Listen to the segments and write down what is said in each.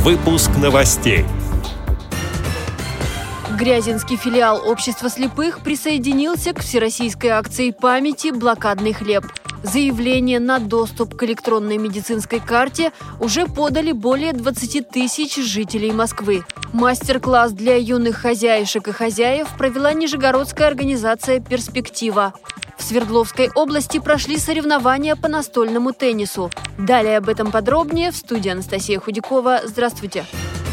Выпуск новостей. Грязинский филиал Общества слепых присоединился к всероссийской акции памяти «Блокадный хлеб». Заявление на доступ к электронной медицинской карте уже подали более 20 тысяч жителей Москвы. Мастер-класс для юных хозяюшек и хозяев провела нижегородская организация «Перспектива». В Свердловской области прошли соревнования по настольному теннису. Далее об этом подробнее в студии Анастасия Худякова. Здравствуйте!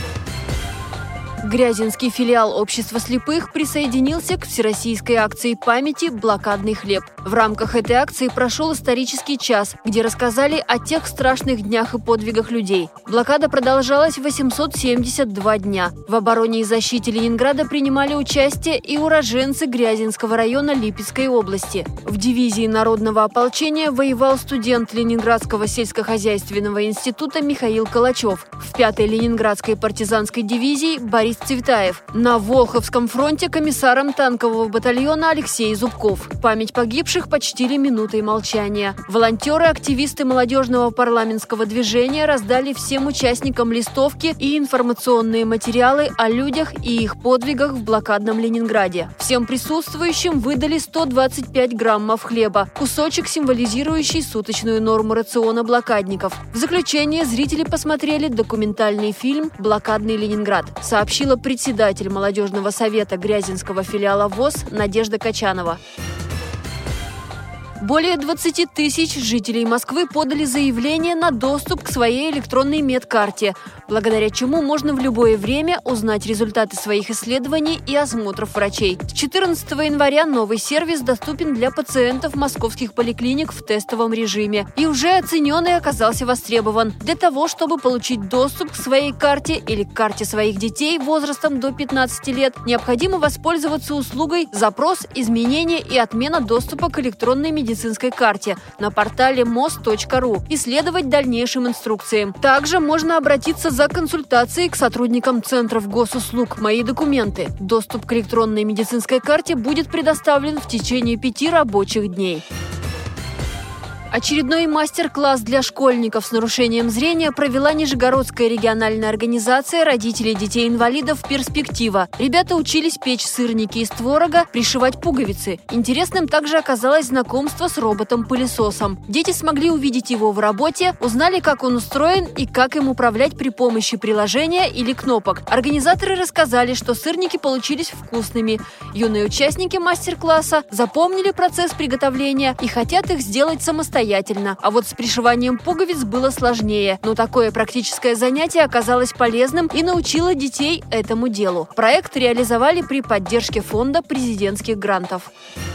Грязинский филиал Общества слепых присоединился к всероссийской акции памяти «Блокадный хлеб». В рамках этой акции прошел исторический час, где рассказали о тех страшных днях и подвигах людей. Блокада продолжалась 872 дня. В обороне и защите Ленинграда принимали участие и уроженцы Грязинского района Липецкой области. В дивизии народного ополчения воевал студент Ленинградского сельскохозяйственного института Михаил Калачев. В 5-й Ленинградской партизанской дивизии Борис Цветаев. На Волховском фронте комиссаром танкового батальона Алексей Зубков. Память погибших почтили минутой молчания. Волонтеры, активисты молодежного парламентского движения раздали всем участникам листовки и информационные материалы о людях и их подвигах в блокадном Ленинграде. Всем присутствующим выдали 125 граммов хлеба, кусочек, символизирующий суточную норму рациона блокадников. В заключение зрители посмотрели документальный фильм «Блокадный Ленинград», сообщила председатель молодежного совета Грязинского филиала ВОС Надежда Качанова. Более 20 тысяч жителей Москвы подали заявление на доступ к своей электронной медкарте, благодаря чему можно в любое время узнать результаты своих исследований и осмотров врачей. С 14 января новый сервис доступен для пациентов московских поликлиник в тестовом режиме и уже оценен и оказался востребован. Для того, чтобы получить доступ к своей карте или к карте своих детей возрастом до 15 лет, необходимо воспользоваться услугой «Запрос, изменение и отмена доступа к электронной медицинской карте» на портале mos.ru и следовать дальнейшим инструкциям. Также можно обратиться за консультацией к сотрудникам Центров госуслуг «Мои документы». Доступ к электронной медицинской карте будет предоставлен в течение 5 рабочих дней. Очередной мастер-класс для школьников с нарушением зрения провела Нижегородская региональная организация родителей детей-инвалидов «Перспектива». Ребята учились печь сырники из творога, пришивать пуговицы. Интересным также оказалось знакомство с роботом-пылесосом. Дети смогли увидеть его в работе, узнали, как он устроен и как им управлять при помощи приложения или кнопок. Организаторы рассказали, что сырники получились вкусными. Юные участники мастер-класса запомнили процесс приготовления и хотят их сделать самостоятельно. А вот с пришиванием пуговиц было сложнее. Но такое практическое занятие оказалось полезным и научило детей этому делу. Проект реализовали при поддержке фонда президентских грантов.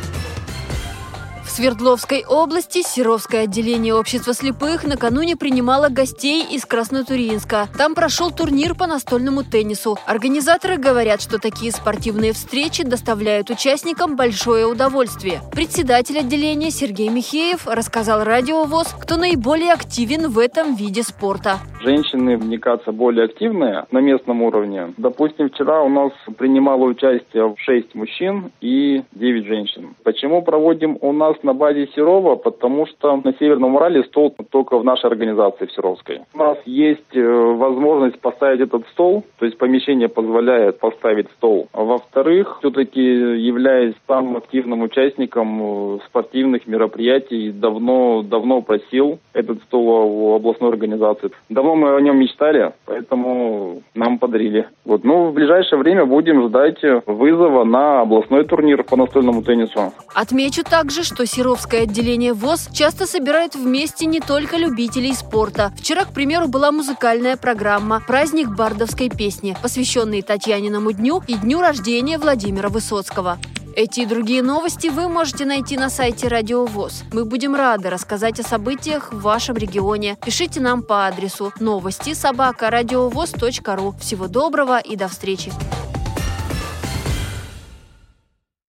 В Свердловской области Серовское отделение Общества слепых накануне принимало гостей из Краснотурьинска. Там прошел турнир по настольному теннису. Организаторы говорят, что такие спортивные встречи доставляют участникам большое удовольствие. Председатель отделения Сергей Михеев рассказал Радио ВОС, кто наиболее активен в этом виде спорта. Женщины, мне кажется, более активные на местном уровне. Допустим, вчера у нас принимало участие 6 мужчин и 9 женщин. Почему проводим у нас на базе Серова? Потому что на Северном Урале стол только в нашей организации, в Серовской. У нас есть возможность поставить этот стол, то есть помещение позволяет поставить стол. А во-вторых, все-таки являясь самым активным участником спортивных мероприятий, давно просил этот стол у областной организации. Давно мы о нем мечтали, поэтому нам подарили. В ближайшее время будем ждать вызова на областной турнир по настольному теннису. Отмечу также, что Серовское отделение ВОС часто собирает вместе не только любителей спорта. Вчера, к примеру, была музыкальная программа «Праздник бардовской песни», посвященный Татьяниному дню и дню рождения Владимира Высоцкого. Эти и другие новости вы можете найти на сайте Радио ВОС. Мы будем рады рассказать о событиях в вашем регионе. Пишите нам по адресу новости@радиовос.ру. Всего доброго и до встречи!